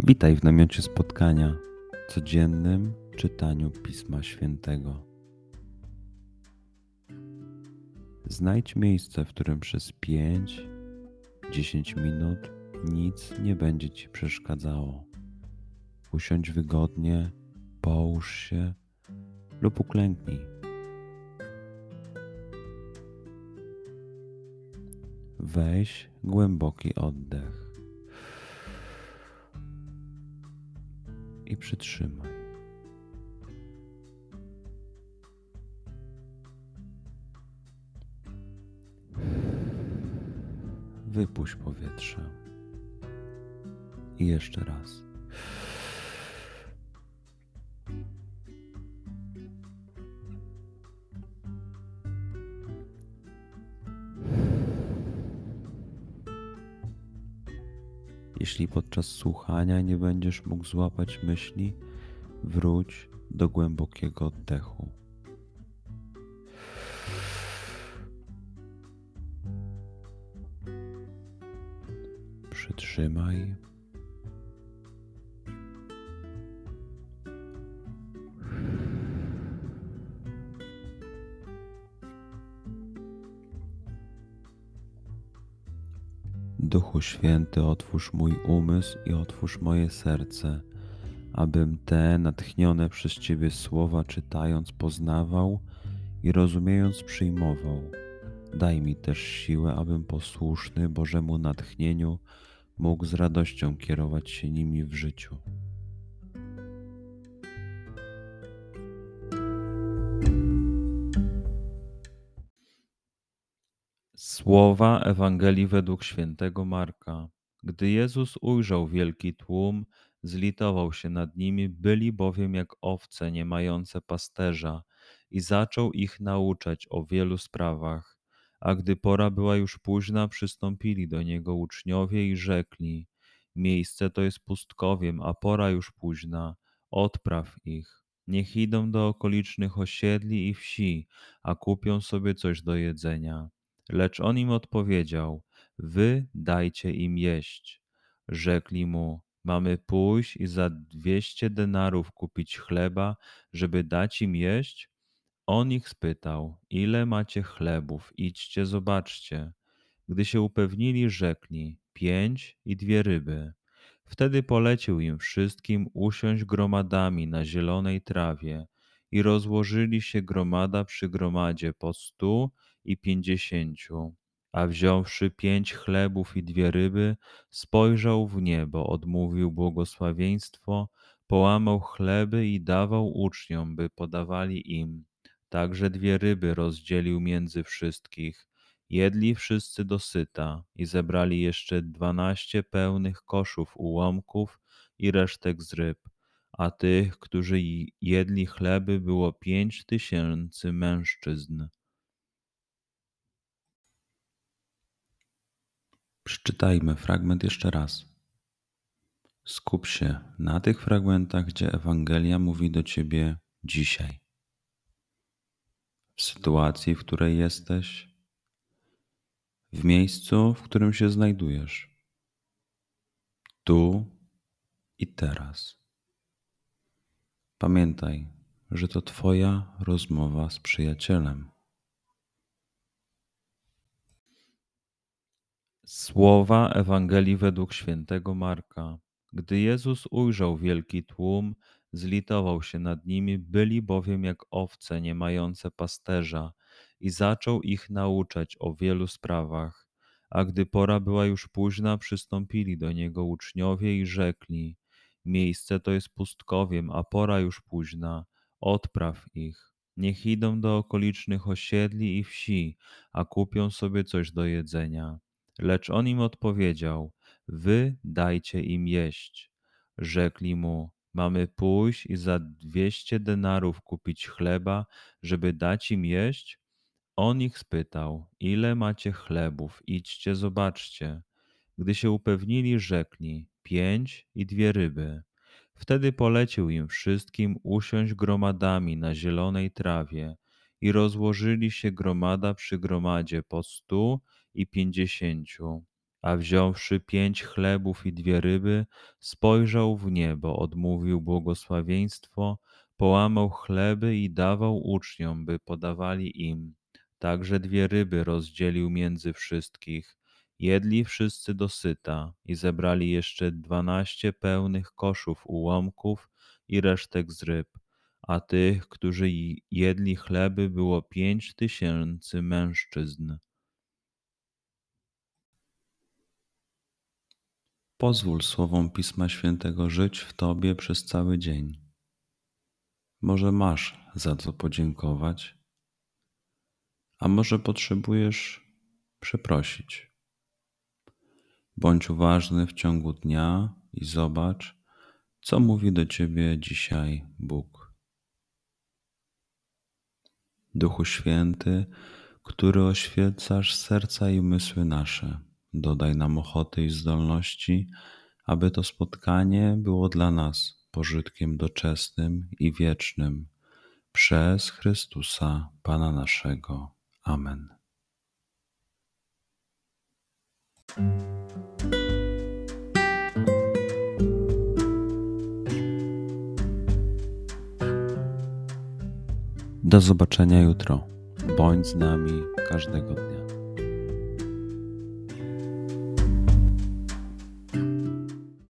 Witaj w namiocie spotkania, codziennym czytaniu Pisma Świętego. Znajdź miejsce, w którym przez 5-10 minut nic nie będzie Ci przeszkadzało. Usiądź wygodnie, połóż się lub uklęknij. Weź głęboki oddech i przytrzymaj. Wypuść powietrze. I jeszcze raz. Jeśli podczas słuchania nie będziesz mógł złapać myśli, wróć do głębokiego oddechu. Przytrzymaj. Duchu Święty, otwórz mój umysł i otwórz moje serce, abym te natchnione przez Ciebie słowa czytając poznawał i rozumiejąc przyjmował. Daj mi też siłę, abym posłuszny Bożemu natchnieniu mógł z radością kierować się nimi w życiu. Słowa Ewangelii według świętego Marka. Gdy Jezus ujrzał wielki tłum, zlitował się nad nimi, byli bowiem jak owce nie mające pasterza, i zaczął ich nauczać o wielu sprawach. A gdy pora była już późna, przystąpili do Niego uczniowie i rzekli: Miejsce to jest pustkowiem, a pora już późna, odpraw ich. Niech idą do okolicznych osiedli i wsi, a kupią sobie coś do jedzenia. Lecz on im odpowiedział: Wy dajcie im jeść. Rzekli mu: Mamy pójść i za 200 denarów kupić chleba, żeby dać im jeść? On ich spytał: Ile macie chlebów? Idźcie, zobaczcie. Gdy się upewnili, rzekli: 5 i 2 ryby. Wtedy polecił im wszystkim usiąść gromadami na zielonej trawie i rozłożyli się gromada przy gromadzie po 150. A wziąwszy 5 chlebów i 2 ryby, spojrzał w niebo, odmówił błogosławieństwo, połamał chleby i dawał uczniom, by podawali im. Także 2 ryby rozdzielił między wszystkich. Jedli wszyscy dosyta i zebrali jeszcze 12 pełnych koszów ułomków i resztek z ryb, a tych, którzy jedli chleby, było 5000 mężczyzn. Przeczytajmy fragment jeszcze raz. Skup się na tych fragmentach, gdzie Ewangelia mówi do Ciebie dzisiaj. W sytuacji, w której jesteś, w miejscu, w którym się znajdujesz, tu i teraz. Pamiętaj, że to Twoja rozmowa z przyjacielem. Słowa Ewangelii według świętego Marka. Gdy Jezus ujrzał wielki tłum, zlitował się nad nimi, byli bowiem jak owce nie mające pasterza, i zaczął ich nauczać o wielu sprawach. A gdy pora była już późna, przystąpili do Niego uczniowie i rzekli: Miejsce to jest pustkowiem, a pora już późna, odpraw ich. Niech idą do okolicznych osiedli i wsi, a kupią sobie coś do jedzenia. Lecz on im odpowiedział: Wy dajcie im jeść. Rzekli mu: Mamy pójść i za 200 denarów kupić chleba, żeby dać im jeść? On ich spytał: Ile macie chlebów? Idźcie, zobaczcie. Gdy się upewnili, rzekli: 5 i 2 ryby. Wtedy polecił im wszystkim usiąść gromadami na zielonej trawie i rozłożyli się gromada przy gromadzie po 150. A wziąwszy 5 chlebów i 2 ryby, spojrzał w niebo, odmówił błogosławieństwo, połamał chleby i dawał uczniom, by podawali im. Także 2 ryby rozdzielił między wszystkich. Jedli wszyscy dosyta i zebrali jeszcze 12 pełnych koszów ułomków i resztek z ryb. A tych, którzy jedli chleby, było 5000 mężczyzn. Pozwól słowom Pisma Świętego żyć w Tobie przez cały dzień. Może masz za co podziękować, a może potrzebujesz przeprosić. Bądź uważny w ciągu dnia i zobacz, co mówi do Ciebie dzisiaj Bóg. Duchu Święty, który oświecasz serca i umysły nasze, dodaj nam ochoty i zdolności, aby to spotkanie było dla nas pożytkiem doczesnym i wiecznym. Przez Chrystusa, Pana naszego. Amen. Do zobaczenia jutro. Bądź z nami każdego dnia.